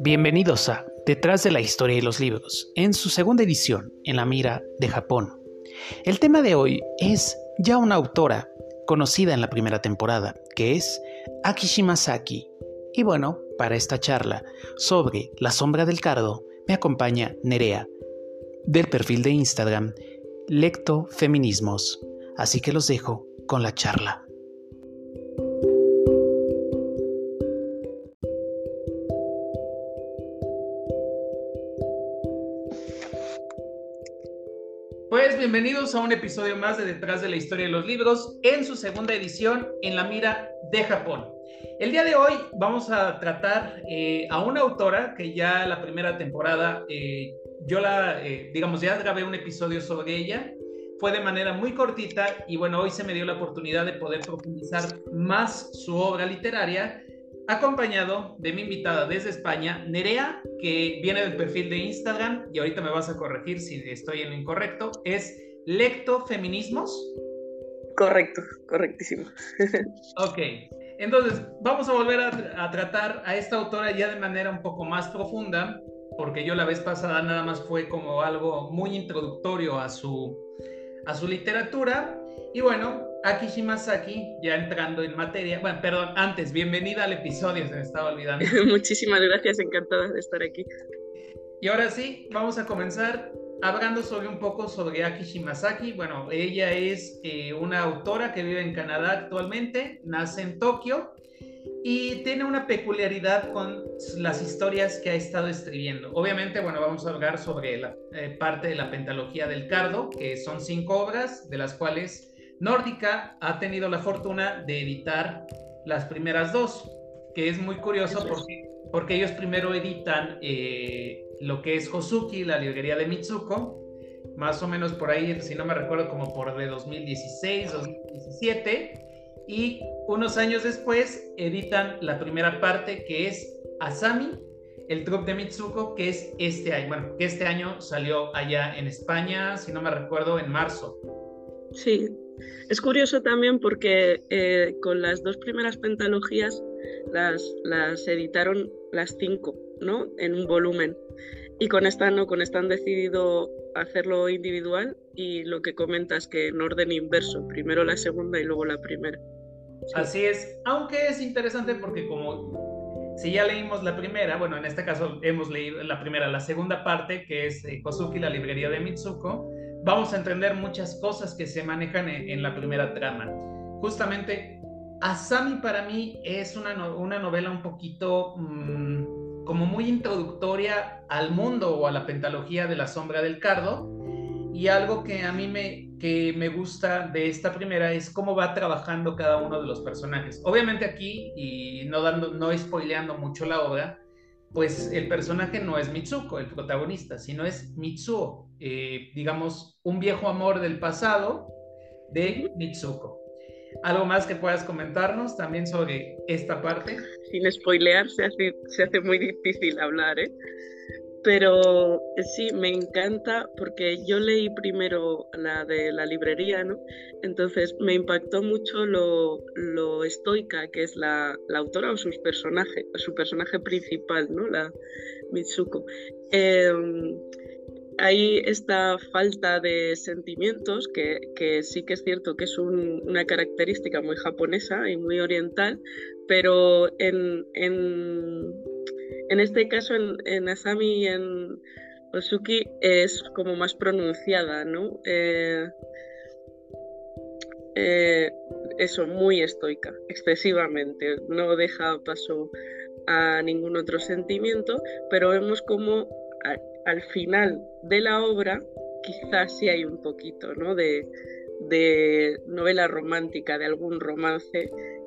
Bienvenidos a Detrás de la Historia de los Libros, en su segunda edición, en la mira de Japón. El tema de hoy es ya una autora conocida en la primera temporada, que es Aki Shimazaki. Y bueno, para esta charla sobre La sombra del cardo, me acompaña Nerea, del perfil de Instagram Lecto Feminismos. Así que los dejo con la charla. Pues bienvenidos a un episodio más de Detrás de la Historia de los Libros, en su segunda edición, en la mira de Japón. El día de hoy vamos a tratar a una autora que ya la primera temporada, ya grabé un episodio sobre ella. Fue de manera muy cortita y bueno, hoy se me dio la oportunidad de poder profundizar más su obra literaria, acompañado de mi invitada desde España, Nerea, que viene del perfil de Instagram, y ahorita me vas a corregir si estoy en lo incorrecto, es Lecto Feminismos. Correcto, correctísimo. Ok, entonces vamos a volver a tratar a esta autora ya de manera un poco más profunda, porque yo la vez pasada nada más fue como algo muy introductorio a su literatura. Y bueno, Aki Shimazaki, ya entrando en materia, bueno, perdón, antes, bienvenida al episodio, se me estaba olvidando. Muchísimas gracias, encantada de estar aquí. Y ahora sí, vamos a comenzar hablando un poco sobre Aki Shimazaki. Bueno, ella es una autora que vive en Canadá actualmente, nace en Tokio y tiene una peculiaridad con las historias que ha estado escribiendo. Obviamente, bueno, vamos a hablar sobre la parte de la pentalogía del cardo, que son 5 obras, de las cuales Nórdica ha tenido la fortuna de editar las primeras 2, que es muy curioso porque ellos primero editan lo que es Hozuki, la librería de Mitsuko, más o menos por ahí, si no me recuerdo, como por de 2016, 2017, y unos años después editan la primera parte, que es Asami, el troupe de Mitsuko, que es este año, bueno, que este año salió allá en España, si no me recuerdo, en marzo. Sí, es curioso también porque con las 2 primeras pentalogías las editaron las 5, ¿no? En un volumen. Y con esta no, con esta han decidido hacerlo individual y lo que comentas que en orden inverso, primero la segunda y luego la primera. Sí. Así es, aunque es interesante porque como si ya leímos la primera, bueno, en este caso hemos leído la primera, la segunda parte, que es Hozuki, la librería de Mitsuko, vamos a entender muchas cosas que se manejan en la primera trama. Justamente, Asami para mí es una novela un poquito como muy introductoria al mundo o a la pentalogía de La sombra del cardo, y algo que a mí me gusta de esta primera es cómo va trabajando cada uno de los personajes. Obviamente aquí, y no spoileando mucho la obra, pues el personaje no es Mitsuko, el protagonista, sino es Mitsuo, digamos, un viejo amor del pasado de Mitsuko. ¿Algo más que puedas comentarnos también sobre esta parte? Sin spoilear se hace muy difícil hablar, ¿eh? Pero sí, me encanta porque yo leí primero la de la librería, ¿no? Entonces me impactó mucho lo estoica que es la autora o su personaje principal, ¿no? La Mitsuko. Hay esta falta de sentimientos que sí que es cierto que es una característica muy japonesa y muy oriental, pero en este caso, en Asami y en Hozuki es como más pronunciada, ¿no? Eso, muy estoica, excesivamente, no deja paso a ningún otro sentimiento, pero vemos como al final de la obra quizás sí hay un poquito, ¿no? de novela romántica, de algún romance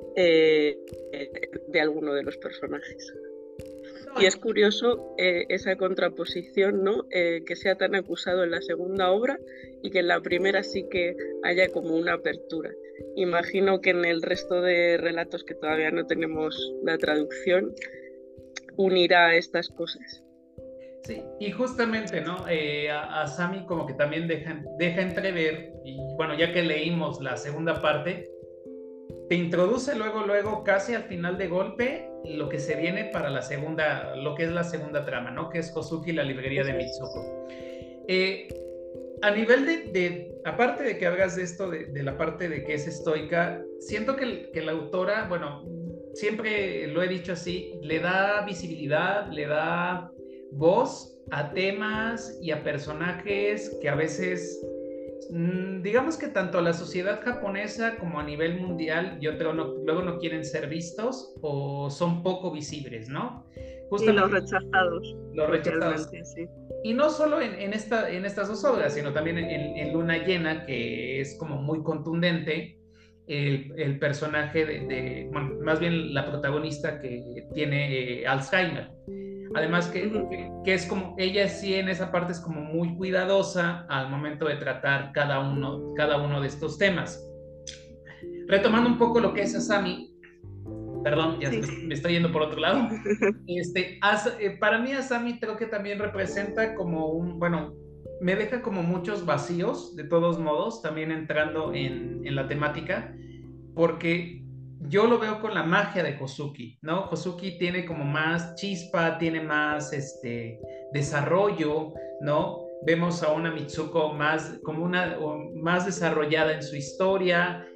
de alguno de los personajes. Y es curioso esa contraposición, ¿no? Que sea tan acusado en la segunda obra y que en la primera sí que haya como una apertura. Imagino que en el resto de relatos que todavía no tenemos la traducción unirá estas cosas. Sí, y justamente, ¿no? A Sami como que también deja entrever, y bueno, ya que leímos la segunda parte, te introduce luego, casi al final de golpe, lo que se viene para lo que es la segunda trama, ¿no? Que es Kozuki, la librería de Mitsuko. A nivel aparte de que hagas de esto, de la parte de que es estoica, siento que la autora, bueno, siempre lo he dicho así, le da visibilidad, le da voz a temas y a personajes que a veces, digamos que tanto a la sociedad japonesa como a nivel mundial, luego no quieren ser vistos o son poco visibles, ¿no? Y los Justamente rechazados, los rechazados. socialmente, sí. Y no solo en estas dos obras, sino también en Luna Llena, que es como muy contundente, el personaje bueno, más bien la protagonista que tiene Alzheimer. Además que es como, ella sí en esa parte es como muy cuidadosa al momento de tratar cada uno de estos temas. Retomando un poco lo que es Asami, perdón, ya Sí. me estoy yendo por otro lado. Para mí Asami creo que también representa como bueno, me deja como muchos vacíos, de todos modos, también entrando en la temática, porque yo lo veo con la magia de Kozuki, ¿no? Kozuki tiene como más chispa, tiene más desarrollo, ¿no? Vemos a una Mitsuko más desarrollada en su historia,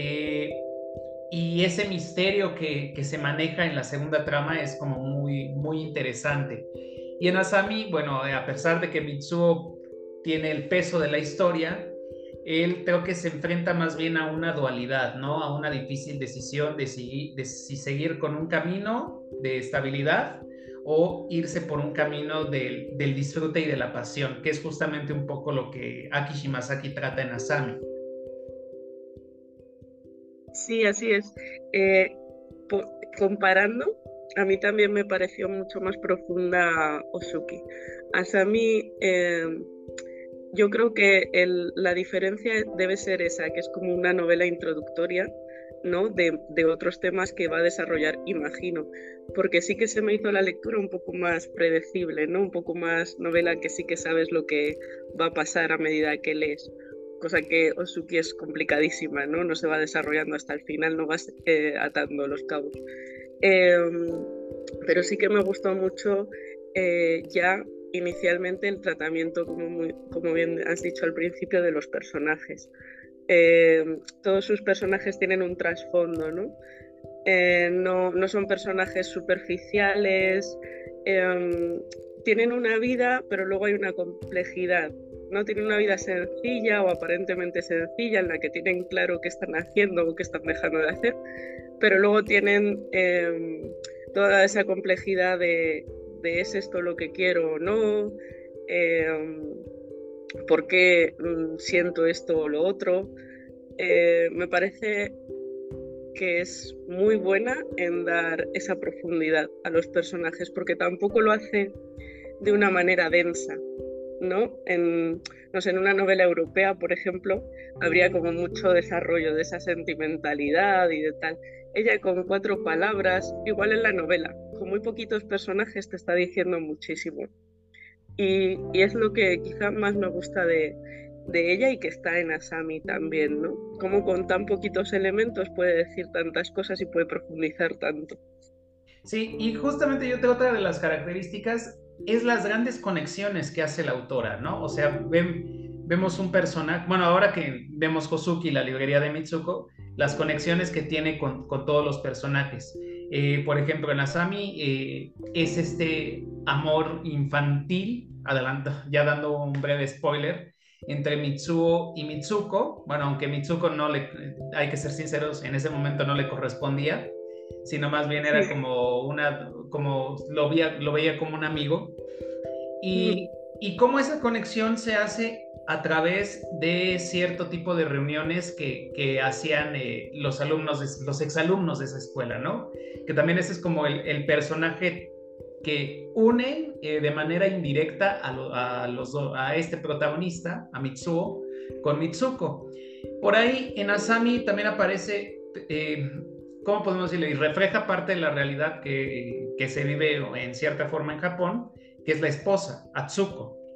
y ese misterio que se maneja en la segunda trama es como muy, muy interesante. Y en Asami, bueno, a pesar de que Mitsuo tiene el peso de la historia, él creo que se enfrenta más bien a una dualidad, ¿no? A una difícil decisión de si seguir con un camino de estabilidad o irse por un camino del disfrute y de la pasión, que es justamente un poco lo que Aki Shimasaki trata en Asami. Sí, así es. Comparando, a mí también me pareció mucho más profunda Osuki. Asami, yo creo que la diferencia debe ser esa, que es como una novela introductoria, ¿no? De otros temas que va a desarrollar, imagino, porque sí que se me hizo la lectura un poco más predecible, ¿no? Un poco más novela que sí que sabes lo que va a pasar a medida que lees, cosa que Osuki es complicadísima, ¿no? No se va desarrollando hasta el final, no vas atando los cabos. Pero sí que me gustó mucho ya inicialmente el tratamiento, como bien has dicho al principio, de los personajes. Todos sus personajes tienen un trasfondo, ¿no? No son personajes superficiales, tienen una vida, pero luego hay una complejidad. No tienen una vida sencilla o aparentemente sencilla en la que tienen claro qué están haciendo o qué están dejando de hacer, pero luego tienen toda esa complejidad de ¿es esto lo que quiero o no? ¿Por qué siento esto o lo otro? Me parece que es muy buena en dar esa profundidad a los personajes, porque tampoco lo hace de una manera densa, ¿no? No sé, en una novela europea, por ejemplo, habría como mucho desarrollo de esa sentimentalidad y de tal. Ella con 4 palabras, igual en la novela, con muy poquitos personajes te está diciendo muchísimo. Y es lo que quizá más me gusta de ella y que está en Asami también, ¿no? Como con tan poquitos elementos puede decir tantas cosas y puede profundizar tanto. Sí, y justamente yo tengo otra de las características, es las grandes conexiones que hace la autora, ¿no? O sea, vemos un personaje, bueno, ahora que vemos Kozuki, la librería de Mitsuko, las conexiones que tiene con todos los personajes. Por ejemplo, en Asami es este amor infantil, adelanto, ya dando un breve spoiler, entre Mitsuo y Mitsuko. Bueno, aunque Mitsuko no le, hay que ser sinceros, en ese momento no le correspondía, sino más bien era como lo veía como un amigo. Y cómo esa conexión se hace a través de cierto tipo de reuniones que hacían los exalumnos de esa escuela, ¿no? Que también ese es como el personaje que une de manera indirecta a este protagonista, a Mitsuo, con Mitsuko. Por ahí en Asami también aparece, ¿cómo podemos decirlo? Y refleja parte de la realidad que se vive en cierta forma en Japón, que es la esposa, Atsuko.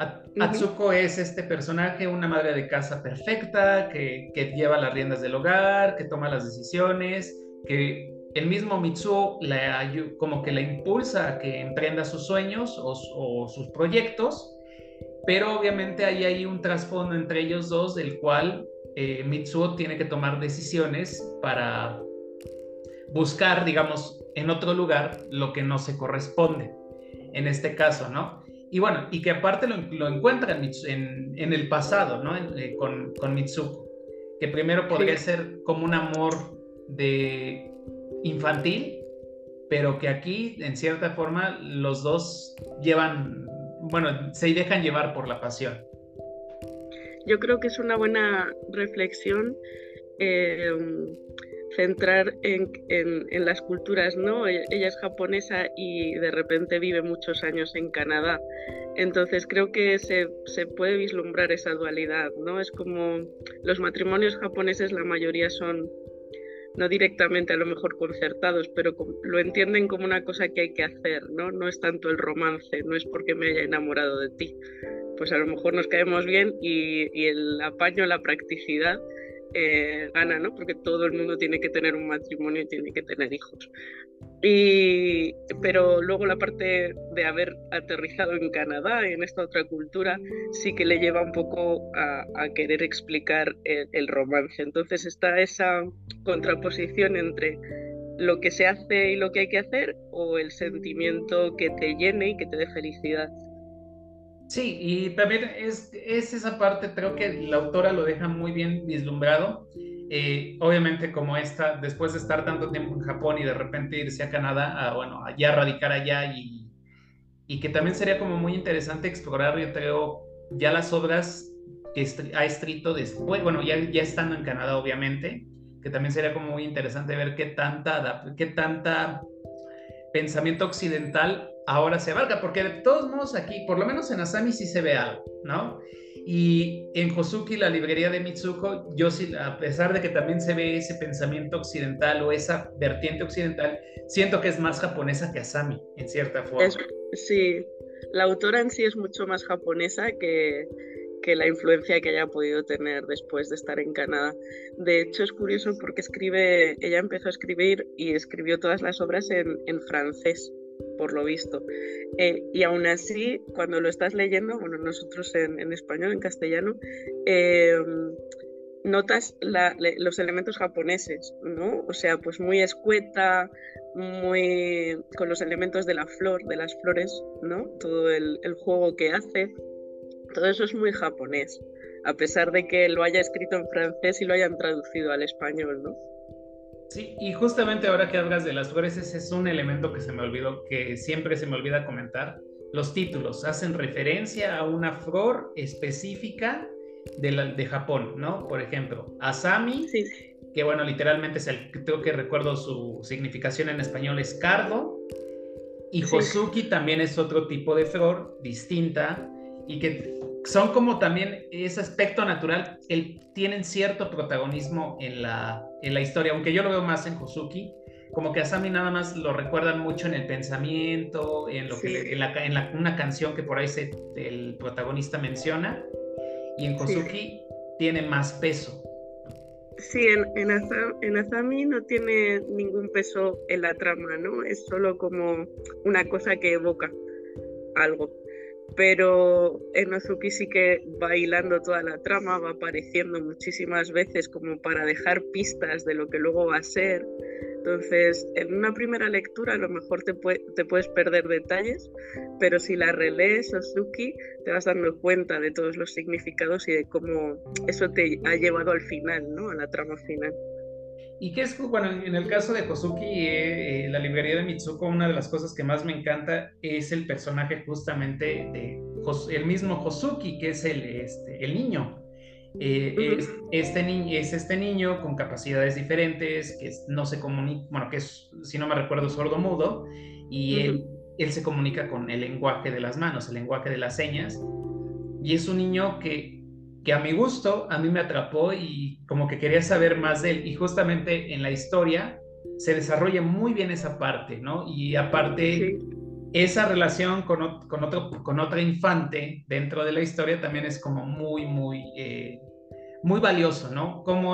Ujú. Atsuko es este personaje, una madre de casa perfecta, que lleva las riendas del hogar, que toma las decisiones, que el mismo Mitsuo como que la impulsa a que emprenda sus sueños o sus proyectos, pero obviamente hay ahí un trasfondo entre ellos dos del cual Mitsuo tiene que tomar decisiones para buscar, digamos, en otro lugar lo que no se corresponde, en este caso, ¿no? Y bueno, y que aparte lo encuentra en el pasado, ¿no? Con Mitsuko, que primero podría Sí, ser como un amor de infantil, pero que aquí, en cierta forma, los dos llevan, bueno, se dejan llevar por la pasión. yo creo que es una buena reflexión eh, centrar en las culturas, ¿no? Ella es japonesa y de repente vive muchos años en Canadá. Entonces creo que se puede vislumbrar esa dualidad, ¿no? Es como los matrimonios japoneses, la mayoría son no directamente a lo mejor concertados, pero lo entienden como una cosa que hay que hacer, ¿no? No es tanto el romance, no es porque me haya enamorado de ti. Pues a lo mejor nos caemos bien y el apaño, la practicidad gana, ¿no? Porque todo el mundo tiene que tener un matrimonio y tiene que tener hijos. Pero luego la parte de haber aterrizado en Canadá, en esta otra cultura, sí que le lleva un poco a querer explicar el romance. Entonces está esa contraposición entre lo que se hace y lo que hay que hacer o el sentimiento que te llene y que te dé felicidad. Sí, y también es esa parte, creo que la autora lo deja muy bien vislumbrado. Obviamente como esta, después de estar tanto tiempo en Japón y de repente irse a Canadá, bueno, allá radicar allá y que también sería como muy interesante explorar, yo creo, ya las obras que ha escrito después, bueno, ya estando en Canadá, obviamente, que también sería como muy interesante ver qué tanta pensamiento occidental ahora se abarca, porque de todos modos aquí, por lo menos en Asami sí se ve algo, ¿no? Y en Hosuki, la librería de Mitsuko, yo sí, a pesar de que también se ve ese pensamiento occidental o esa vertiente occidental, siento que es más japonesa que Asami, en cierta Es, forma. sí, la autora en sí es mucho más japonesa que la influencia que haya podido tener después de estar en Canadá. De hecho, es curioso porque ella empezó a escribir y escribió todas las obras en francés, por lo visto. Y aún así, cuando lo estás leyendo, bueno, nosotros en español, en castellano, eh, notas los elementos japoneses, ¿no? O sea, pues muy escueta, muy con los elementos de la flor, de las flores, ¿no? Todo el juego que hace, todo eso es muy japonés, a pesar de que lo haya escrito en francés y lo hayan traducido al español, ¿no? Sí, y justamente ahora que hablas de las flores, ese es un elemento que se me olvidó, que siempre se me olvida comentar. Los títulos hacen referencia a una flor específica de Japón, ¿no? Por ejemplo, Asami, Sí, que bueno, literalmente creo que recuerdo su significación en español es cardo, y sí, Hosuki también es otro tipo de flor distinta y que son como también ese aspecto natural, tienen cierto protagonismo en la historia, aunque yo lo veo más en Hosuki, como que a Sami nada más lo recuerdan mucho en el pensamiento, en lo que sí, una canción que por ahí el protagonista menciona, y en sí. Hosuki tiene más peso. Sí, en Asami no tiene ningún peso en la trama, ¿no? Es solo como una cosa que evoca algo. Pero en Ozuki sí que va hilando toda la trama, va apareciendo muchísimas veces como para dejar pistas de lo que luego va a ser. Entonces, en una primera lectura a lo mejor te puedes perder detalles, pero si la relees Ozuki te vas dando cuenta de todos los significados y de cómo eso te ha llevado al final, ¿no? A la trama final. Y que es, bueno, en el caso de Kosuki, la librería de Mitsuko, una de las cosas que más me encanta es el personaje justamente el mismo Kosuki, que es el niño. Es este niño con capacidades diferentes, no se comunica, bueno, que es, si no me recuerdo, sordo-mudo, y Uh -huh. él se comunica con el lenguaje de las manos, el lenguaje de las señas, y es un niño que a mi gusto, a mí me atrapó y como que quería saber más de él. Y justamente en la historia se desarrolla muy bien esa parte, ¿no? Y aparte, Sí, esa relación con otra infante dentro de la historia también es como muy valioso, ¿no? Como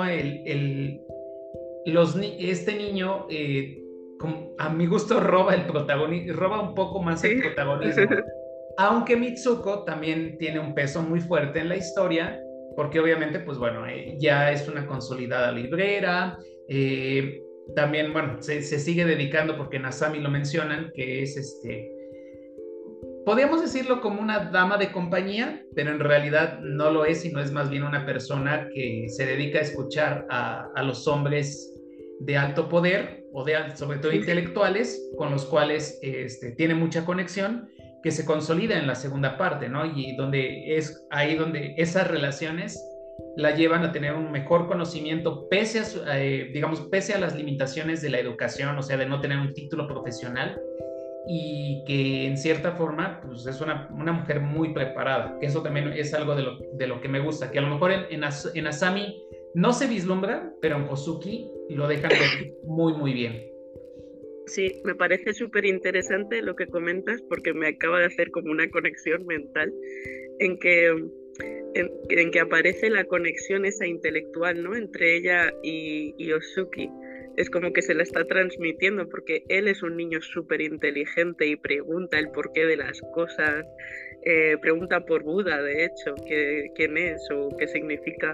este niño, a mi gusto, roba un poco más el Sí. protagonismo, aunque Mitsuko también tiene un peso muy fuerte en la historia, porque obviamente, pues bueno, ya es una consolidada librera, eh, también, bueno, se sigue dedicando, porque en Asami lo mencionan, que es podríamos decirlo como una dama de compañía, pero en realidad no lo es, sino es más bien una persona que se dedica a escuchar a los hombres de alto poder o sobre todo intelectuales, con los cuales tiene mucha conexión, que se consolida en la segunda parte, ¿no? Y donde es ahí donde esas relaciones la llevan a tener un mejor conocimiento digamos, pese a las limitaciones de la educación, o sea, de no tener un título profesional, y que en cierta forma pues es una mujer muy preparada, que eso también es algo de lo que me gusta, que a lo mejor en Asami no se vislumbra, pero en Hozuki lo dejan ver muy bien. Sí, me parece súper interesante lo que comentas porque me acaba de hacer como una conexión mental en que, en que aparece la conexión esa intelectual, ¿no? Entre ella y Osuki. Es como que se la está transmitiendo porque él es un niño súper inteligente y pregunta el porqué de las cosas, pregunta por Buda, de hecho, quién es o qué significa.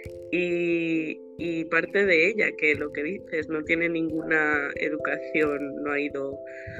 Y parte de ella, que lo que dices, no tiene ninguna educación, no ha ido,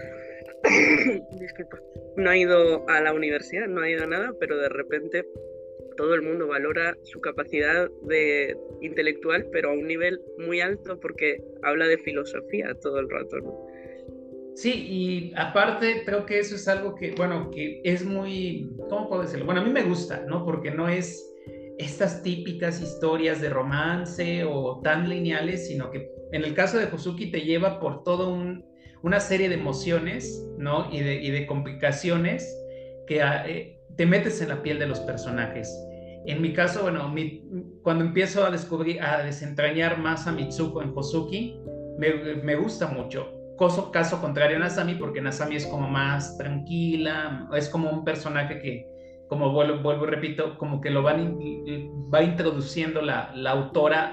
disculpa, no ha ido a la universidad, no ha ido a nada, pero de repente todo el mundo valora su capacidad intelectual, pero a un nivel muy alto porque habla de filosofía todo el rato, ¿no? Sí, y aparte creo que eso es algo que, bueno, que es muy, ¿cómo puedo decirlo? Bueno, a mí me gusta, ¿no? Porque no es estas típicas historias de romance o tan lineales, sino que en el caso de Hozuki te lleva por una serie de emociones, ¿no? Y de complicaciones que te metes en la piel de los personajes. En mi caso, bueno, cuando empiezo a descubrir, a desentrañar más a Mitsuko en Hozuki, me gusta mucho. Caso contrario a Nasami, porque Nasami es como más tranquila, es como un personaje que, como vuelvo y repito, como que va introduciendo la autora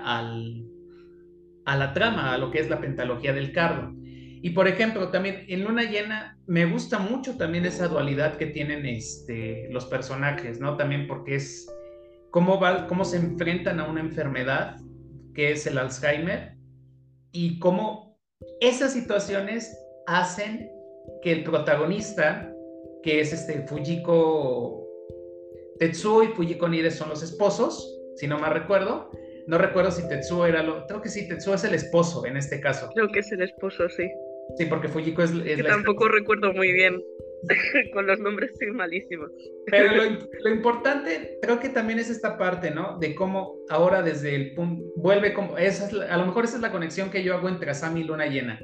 a la trama, a lo que es la pentalogía del cardo. Y por ejemplo, también en Luna Llena me gusta mucho también esa dualidad que tienen los personajes, ¿no? También porque es cómo se enfrentan a una enfermedad que es el Alzheimer, y cómo esas situaciones hacen que el protagonista, que es Fujiko Tetsuo y Fujiko Nide, son los esposos, si no mal recuerdo. No recuerdo si Tetsuo creo que sí, Tetsuo es el esposo en este caso. Creo que es el esposo, sí. Sí, porque Fujiko es Que la tampoco esposa. recuerdo muy bien. Con los nombres soy malísimo. Pero lo importante creo que también es esta parte, ¿no? De cómo ahora desde el punto, vuelve como, a lo mejor esa es la conexión que yo hago entre Asami y Luna Llena.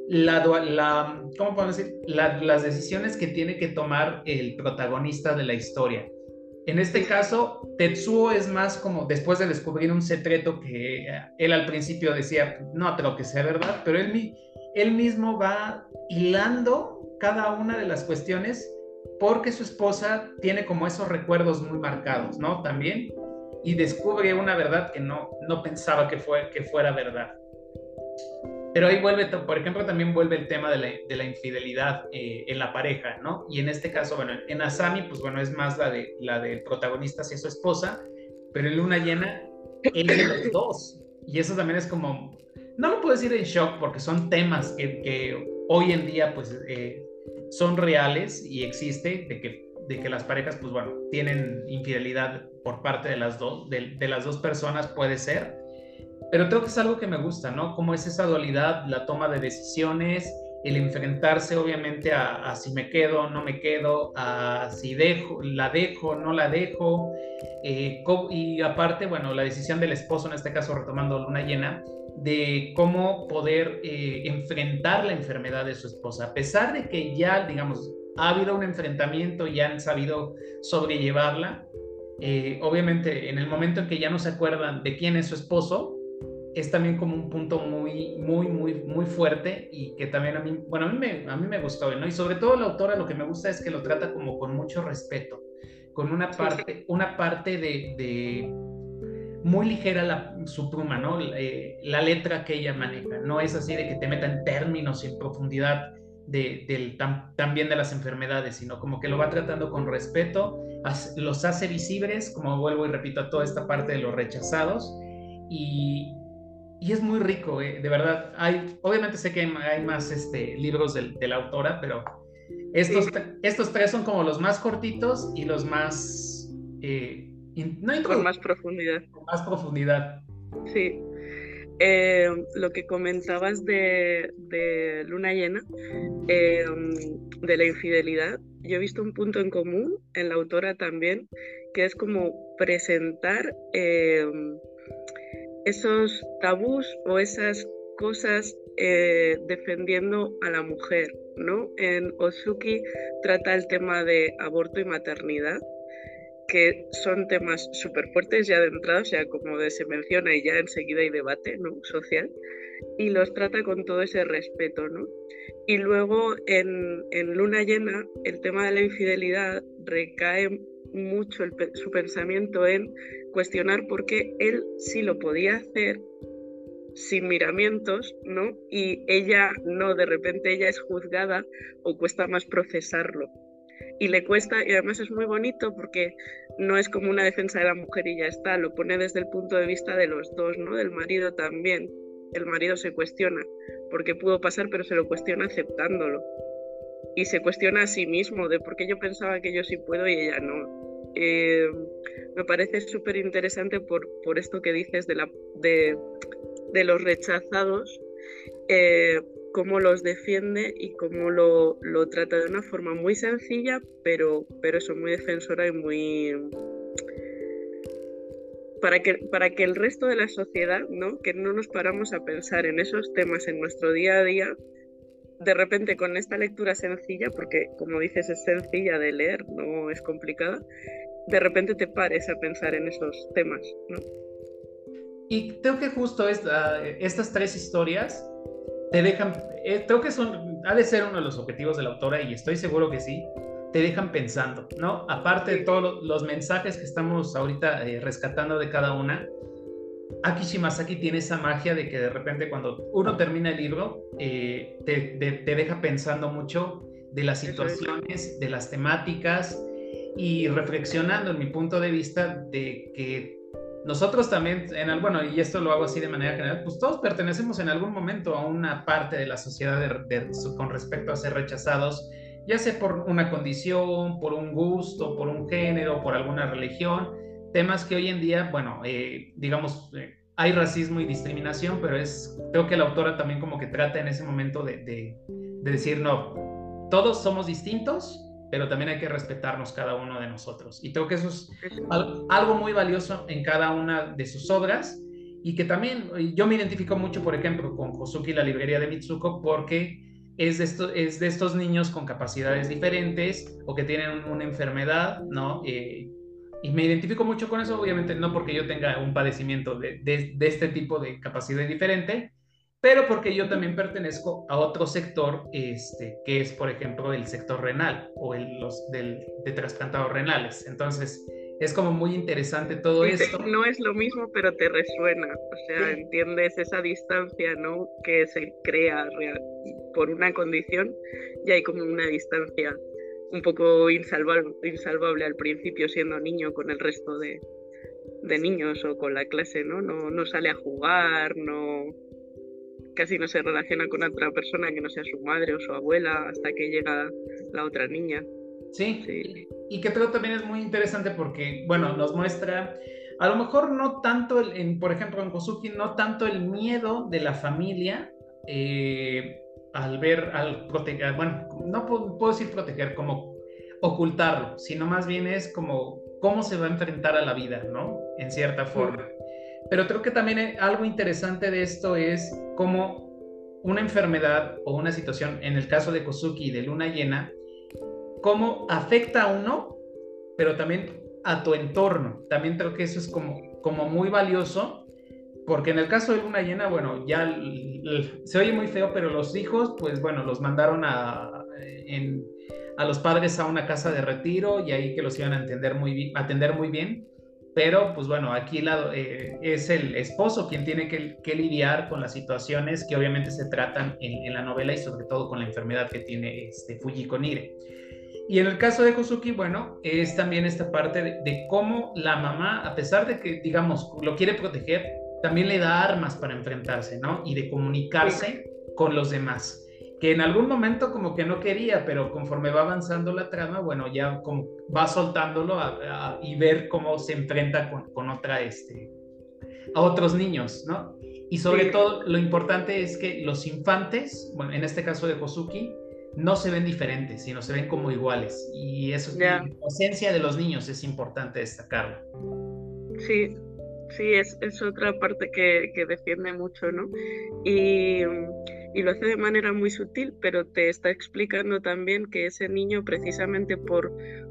¿Cómo podemos decir? Las decisiones que tiene que tomar el protagonista de la historia. En este caso, Tetsuo es más como después de descubrir un secreto que él al principio decía, no creo que sea verdad, pero él mismo va hilando cada una de las cuestiones porque su esposa tiene como esos recuerdos muy marcados, ¿no? También, y descubre una verdad que no pensaba que fuera verdad. Pero ahí vuelve, por ejemplo, también vuelve el tema de la infidelidad en la pareja, ¿no? Y en este caso, bueno, en Asami, pues bueno, es más la del protagonista hacia su esposa, pero en Luna Llena es de los dos. Y eso también es como, no lo puedo decir en shock, porque son temas que hoy en día, pues, son reales y existe, de que las parejas, pues bueno, tienen infidelidad por parte de las dos personas, puede ser, pero creo que es algo que me gusta, ¿no? Cómo es esa dualidad, la toma de decisiones, el enfrentarse obviamente a si me quedo, no me quedo, a si la dejo, no la dejo, y aparte, bueno, la decisión del esposo, en este caso retomando Luna Llena, de cómo poder enfrentar la enfermedad de su esposa, a pesar de que ya, digamos, ha habido un enfrentamiento y han sabido sobrellevarla. Obviamente, en el momento en que ya no se acuerdan de quién es su esposo, es también como un punto muy fuerte y que también a mí, bueno, a mí me gustó, ¿no? Y sobre todo la autora lo que me gusta es que lo trata como con mucho respeto, con una parte de muy ligera su pluma, ¿no? La letra que ella maneja, no es así de que te meta en términos y en profundidad también de las enfermedades, sino como que lo va tratando con respeto, los hace visibles, como vuelvo y repito, a toda esta parte de los rechazados, y, y es muy rico, de verdad. Obviamente sé que hay más libros de la autora, pero estos tres son como los más cortitos y los más, no con más profundidad. con más profundidad. Sí. Lo que comentabas de Luna Llena, de la infidelidad, yo he visto un punto en común en la autora también, que es como presentar esos tabús o esas cosas defendiendo a la mujer, ¿no? En Ozuki trata el tema de aborto y maternidad, que son temas súper fuertes ya de entrada, o sea, como se menciona y ya enseguida hay debate, ¿no? Social, y los trata con todo ese respeto, ¿no? Y luego en Luna Llena el tema de la infidelidad recae mucho su pensamiento en cuestionar por qué él sí lo podía hacer sin miramientos, ¿no? Y ella no, de repente ella es juzgada o cuesta más procesarlo. Y le cuesta, y además es muy bonito porque no es como una defensa de la mujer y ya está, lo pone desde el punto de vista de los dos, ¿no? Del marido también. El marido se cuestiona porque pudo pasar, pero se lo cuestiona aceptándolo. Y se cuestiona a sí mismo de por qué yo pensaba que yo sí puedo y ella no. Me parece súper interesante por esto que dices de los rechazados, cómo los defiende y cómo lo trata de una forma muy sencilla, pero eso, muy defensora y muy... Para que el resto de la sociedad, ¿no? Que no nos paramos a pensar en esos temas en nuestro día a día, de repente con esta lectura sencilla, porque como dices es sencilla de leer, no es complicada, de repente te pares a pensar en esos temas, ¿no? Y creo que justo estas tres historias te dejan, creo que ha de ser uno de los objetivos de la autora y estoy seguro que sí, te dejan pensando, ¿no? Aparte de todos los mensajes que estamos ahorita rescatando de cada una, Aki Shimasaki tiene esa magia de que de repente cuando uno termina el libro, te deja pensando mucho de las situaciones, de las temáticas y reflexionando en mi punto de vista de que nosotros también, bueno, y esto lo hago así de manera general, pues todos pertenecemos en algún momento a una parte de la sociedad con respecto a ser rechazados, ya sea por una condición, por un gusto, por un género, por alguna religión, temas que hoy en día, bueno, digamos, hay racismo y discriminación, pero creo que la autora también como que trata en ese momento de decir, no, todos somos distintos, pero también hay que respetarnos cada uno de nosotros. Y creo que eso es algo muy valioso en cada una de sus obras y que también yo me identifico mucho, por ejemplo, con Hozuki, la librería de Mitsuko, porque es de estos niños con capacidades diferentes o que tienen una enfermedad, ¿no? Y me identifico mucho con eso, obviamente no porque yo tenga un padecimiento de este tipo de capacidad diferente, pero porque yo también pertenezco a otro sector, que es, por ejemplo, el sector renal o de trasplantados renales. Entonces, es como muy interesante todo esto. No es lo mismo, pero te resuena, o sea, sí. Entiendes esa distancia, ¿no? Que se crea por una condición y hay como una distancia un poco insalvable al principio siendo niño con el resto de niños o con la clase, ¿no? No sale a jugar, casi no se relaciona con otra persona que no sea su madre o su abuela hasta que llega la otra niña. Sí. Y que creo también es muy interesante porque, bueno, nos muestra, a lo mejor no tanto, por ejemplo, en Hozuki, no tanto el miedo de la familia al proteger, bueno, no puedo decir proteger, como ocultarlo, sino más bien es como cómo se va a enfrentar a la vida, ¿no? En cierta forma. Pero creo que también algo interesante de esto es cómo una enfermedad o una situación, en el caso de Hozuki y de Luna Llena, cómo afecta a uno, pero también a tu entorno. También creo que eso es como muy valioso, porque en el caso de Luna Llena, bueno, ya se oye muy feo, pero los hijos, pues bueno, los mandaron a los padres a una casa de retiro y ahí que los iban a atender muy bien. Pero, pues bueno, aquí es el esposo quien tiene que lidiar con las situaciones que obviamente se tratan en la novela y sobre todo con la enfermedad que tiene Fujiko Nire. Y en el caso de Hozuki, bueno, es también esta parte de cómo la mamá, a pesar de que, digamos, lo quiere proteger, también le da armas para enfrentarse, ¿no? Y de comunicarse con los demás. Que en algún momento como que no quería, pero conforme va avanzando la trama, bueno, ya como va soltándolo y ver cómo se enfrenta con a otros niños, ¿no? Y sobre todo, lo importante es que los infantes, bueno, en este caso de Hozuki, no se ven diferentes, sino se ven como iguales. Y eso, la inocencia de los niños es importante destacarlo. Sí, sí, es otra parte que defiende mucho, ¿no? Y lo hace de manera muy sutil, pero te está explicando también que ese niño, precisamente por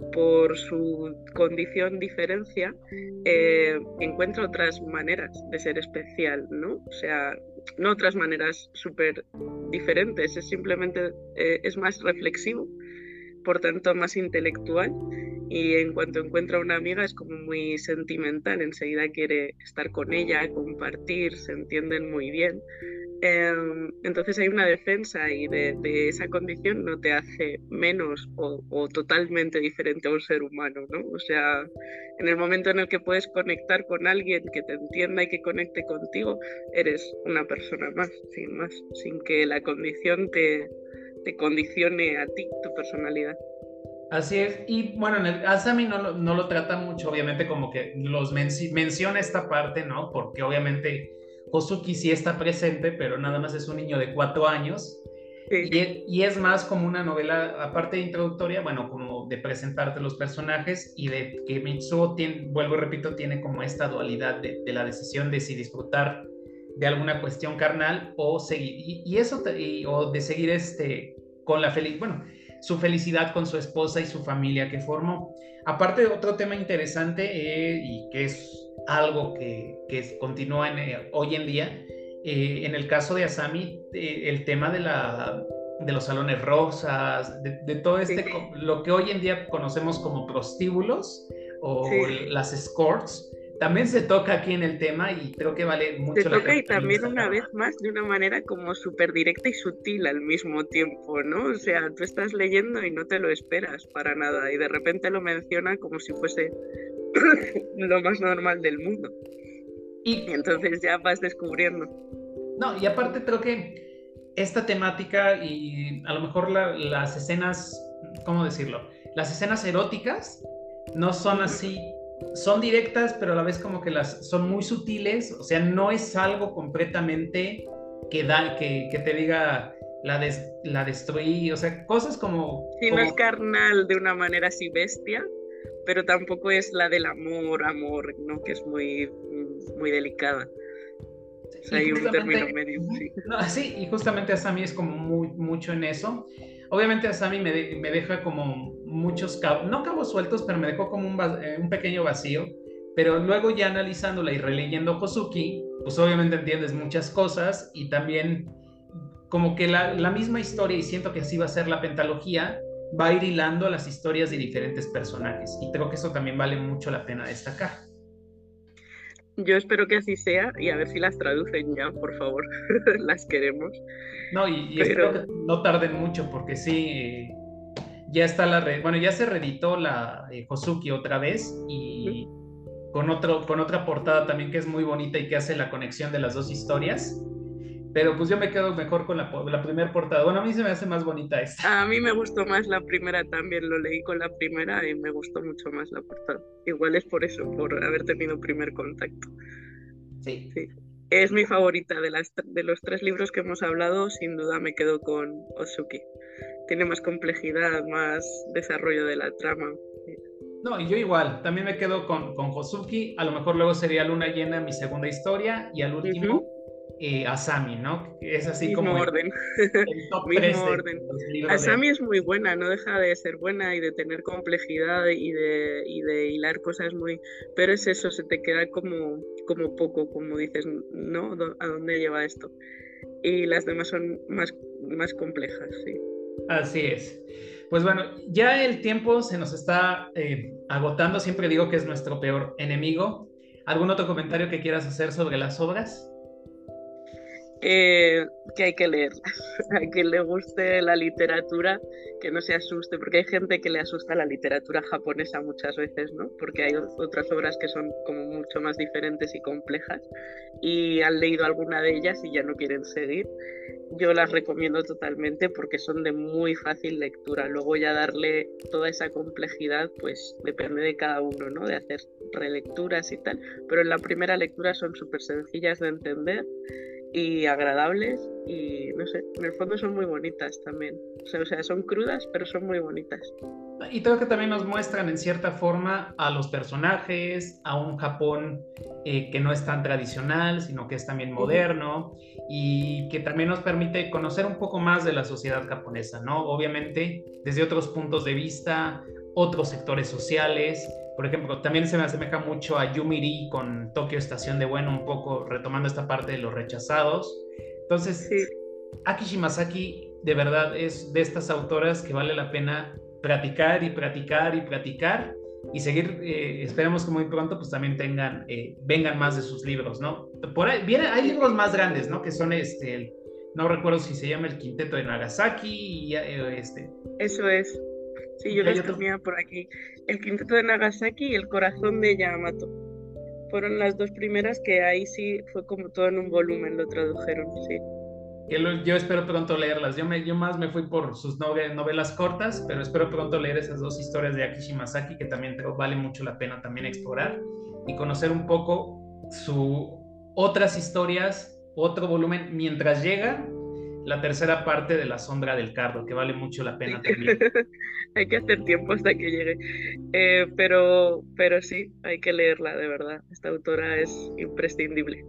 su condición diferencia, encuentra otras maneras de ser especial, ¿no? O sea, no otras maneras súper diferentes, es simplemente es más reflexivo, por tanto más intelectual, y en cuanto encuentra una amiga es como muy sentimental, enseguida quiere estar con ella, compartir, se entienden muy bien. Entonces hay una defensa y de esa condición no te hace menos o totalmente diferente a un ser humano, ¿no? O sea, en el momento en el que puedes conectar con alguien que te entienda y que conecte contigo, eres una persona más, sin que la condición te condicione a ti, tu personalidad. Así es, y bueno, Asami no lo trata mucho, obviamente como que menciona esta parte, ¿no? Porque obviamente Hozuki sí está presente, pero nada más es un niño de 4 años, sí. Y es más como una novela, aparte de introductoria, bueno, como de presentarte los personajes y de que Mitsuo vuelvo y repito, tiene como esta dualidad de la decisión de si disfrutar de alguna cuestión carnal o seguir, o de seguir con la su felicidad con su esposa y su familia que formó. Aparte, otro tema interesante y que es algo que continúa hoy en día, en el caso de Asami, el tema de los salones rosas, de todo lo que hoy en día conocemos como prostíbulos o las escorts, también se toca aquí en el tema y creo que vale mucho la pena. Se toca y también una vez más de una manera como súper directa y sutil al mismo tiempo, ¿no? O sea, tú estás leyendo y no te lo esperas para nada y de repente lo menciona como si fuese lo más normal del mundo. Y entonces ya vas descubriendo. No, y aparte creo que esta temática y a lo mejor las escenas, ¿cómo decirlo? Las escenas eróticas no son así, son directas, pero a la vez como que son muy sutiles, o sea, no es algo completamente que te diga la destruí, o sea, cosas como... Sí, no es carnal de una manera así bestia, pero tampoco es la del amor, ¿no? Que es muy, muy delicada. O sea, hay un término medio, sí. No, sí, y justamente Asami es como mucho en eso. Obviamente Asami me deja como muchos no cabos sueltos, pero me dejó como un pequeño vacío. Pero luego ya analizándola y releyendo Hozuki, pues obviamente entiendes muchas cosas y también como que la misma historia, y siento que así va a ser la pentalogía, va a ir hilando las historias de diferentes personajes. Y creo que eso también vale mucho la pena destacar. Yo espero que así sea y a ver si las traducen ya, por favor. Las queremos. No, y espero que no tarden mucho porque sí, ya está ya se reeditó la Hozuki otra vez y con otra portada también que es muy bonita y que hace la conexión de las dos historias. Pero pues yo me quedo mejor con la primera portada. Bueno, a mí se me hace más bonita esta. A mí me gustó más la primera también, lo leí con la primera y me gustó mucho más la portada. Igual es por eso, por haber tenido primer contacto. Sí. Es mi favorita de los 3 libros que hemos hablado, sin duda me quedo con Hozuki. Tiene más complejidad, más desarrollo de la trama. No, y yo igual, también me quedo con Hozuki. A lo mejor luego sería Luna Llena mi segunda historia y al último Asami, ¿no? Es así Mismo como orden. el top Mismo 3 de orden. los libros de... Asami es muy buena, no deja de ser buena y de tener complejidad y de hilar cosas muy... Pero es eso, se te queda como poco, como dices, ¿no? ¿A dónde lleva esto? Y las demás son más complejas, sí. Así es. Pues bueno, ya el tiempo se nos está agotando. Siempre digo que es nuestro peor enemigo. ¿Algún otro comentario que quieras hacer sobre las obras? Que hay que leerlas. A quien le guste la literatura, que no se asuste, porque hay gente que le asusta la literatura japonesa muchas veces, ¿no? Porque hay otras obras que son como mucho más diferentes y complejas y han leído alguna de ellas y ya no quieren seguir. Yo las recomiendo totalmente porque son de muy fácil lectura. Luego ya darle toda esa complejidad, pues depende de cada uno, ¿no? De hacer relecturas y tal. Pero en la primera lectura son súper sencillas de entender y agradables y no sé, en el fondo son muy bonitas también. O sea, son crudas, pero son muy bonitas. Y creo que también nos muestran en cierta forma a los personajes, a un Japón que no es tan tradicional, sino que es también moderno y que también nos permite conocer un poco más de la sociedad japonesa, ¿no? Obviamente desde otros puntos de vista, otros sectores sociales. Por ejemplo, también se me asemeja mucho a Yumiri con Tokio Estación de Bueno, un poco retomando esta parte de los rechazados. Entonces, Sí, Aki Shimazaki de verdad es de estas autoras que vale la pena practicar y practicar y practicar y seguir, esperemos que muy pronto pues también vengan más de sus libros, ¿no? Por ahí, hay sí, libros más grandes, ¿no? Que son no recuerdo si se llama El Quinteto de Nagasaki eso es. Sí, yo y hay los otros. tenía por aquí. El Quinteto de Nagasaki y El Corazón de Yamato. Fueron las dos primeras que ahí sí fue como todo en un volumen, lo tradujeron, sí. Yo espero pronto leerlas. Yo más me fui por sus novelas cortas, pero espero pronto leer esas dos historias de Aki Shimazaki que también vale mucho la pena también explorar y conocer un poco otras historias, otro volumen, mientras llega la tercera parte de La Sombra del Cardo, que vale mucho la Sí. pena también. Hay que hacer tiempo hasta que llegue. Pero sí, hay que leerla, de verdad. Esta autora es imprescindible.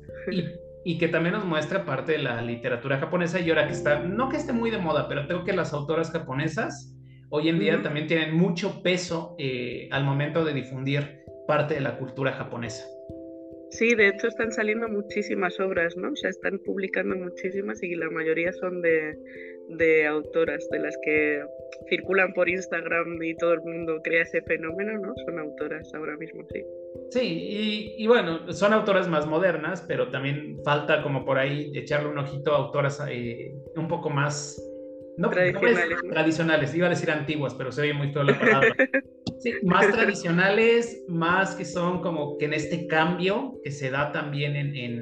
Y que también nos muestra parte de la literatura japonesa y ahora que está, no que esté muy de moda, pero creo que las autoras japonesas hoy en día Ujú. también tienen mucho peso al momento de difundir parte de la cultura japonesa. Sí, de hecho están saliendo muchísimas obras, ¿no? O sea, están publicando muchísimas y la mayoría son de autoras, de las que circulan por Instagram y todo el mundo crea ese fenómeno, ¿no? Son autoras ahora mismo, sí. Sí, y bueno, son autoras más modernas, pero también falta como por ahí echarle un ojito a autoras un poco más, no es Tradicionales, ¿no? tradicionales, iba a decir antiguas, pero se oye muy feo la palabra. Sí, más tradicionales, más que son como que en este cambio que se da también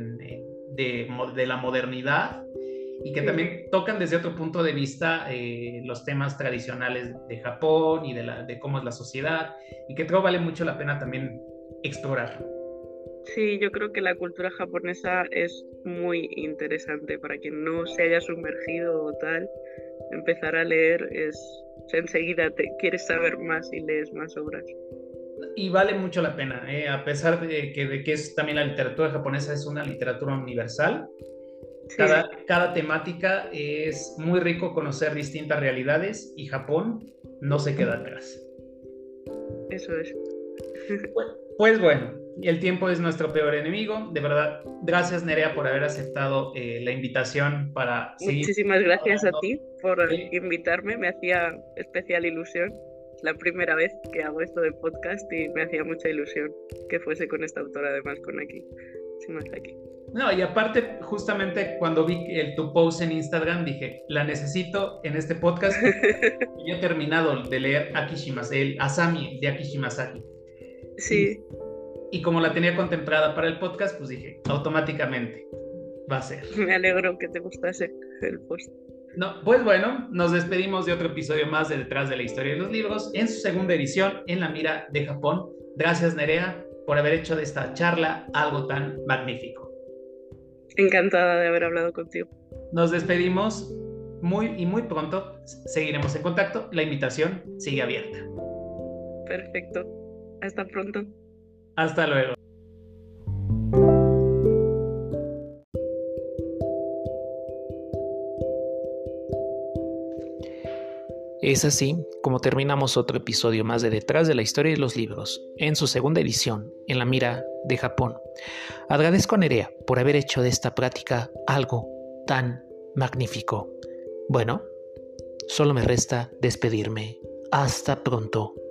de la modernidad y que Sí, también tocan desde otro punto de vista los temas tradicionales de Japón y de cómo es la sociedad y que creo vale mucho la pena también explorar. sí, yo creo que la cultura japonesa es muy interesante para quien no se haya sumergido o tal. Empezar a leer es, o sea, enseguida te quieres saber más y lees más obras. Y vale mucho la pena, a pesar de que es también la literatura japonesa es una literatura universal. Sí, Cada temática es muy rico conocer distintas realidades y Japón no se queda atrás. eso es. Pues bueno, el tiempo es nuestro peor enemigo. De verdad, gracias Nerea por haber aceptado la invitación para seguir Muchísimas gracias a hablando ti por de... invitarme, me hacía especial ilusión. Es la primera vez que hago esto de podcast y me hacía mucha ilusión que fuese con esta autora, además, con aquí. Sin más aquí. No, y aparte, justamente cuando vi tu post en Instagram, dije, la necesito en este podcast. Yo he terminado de leer el Asami de Aki Shimazaki. Y, Sí, y como la tenía contemplada para el podcast, pues dije, automáticamente va a ser. me alegro que te gustase el post. No, pues bueno, nos despedimos de otro episodio más de Detrás de la Historia de los Libros, en su segunda edición, en la mira de Japón. Gracias, Nerea, por haber hecho de esta charla algo tan magnífico. Encantada de haber hablado contigo. Nos despedimos muy pronto. Seguiremos en contacto. La invitación sigue abierta. Perfecto. Hasta pronto. Hasta luego. Es así como terminamos otro episodio más de Detrás de la Historia de los Libros, en su segunda edición, en la mira de Japón. Agradezco a Nerea por haber hecho de esta práctica algo tan magnífico. Bueno, solo me resta despedirme. Hasta pronto.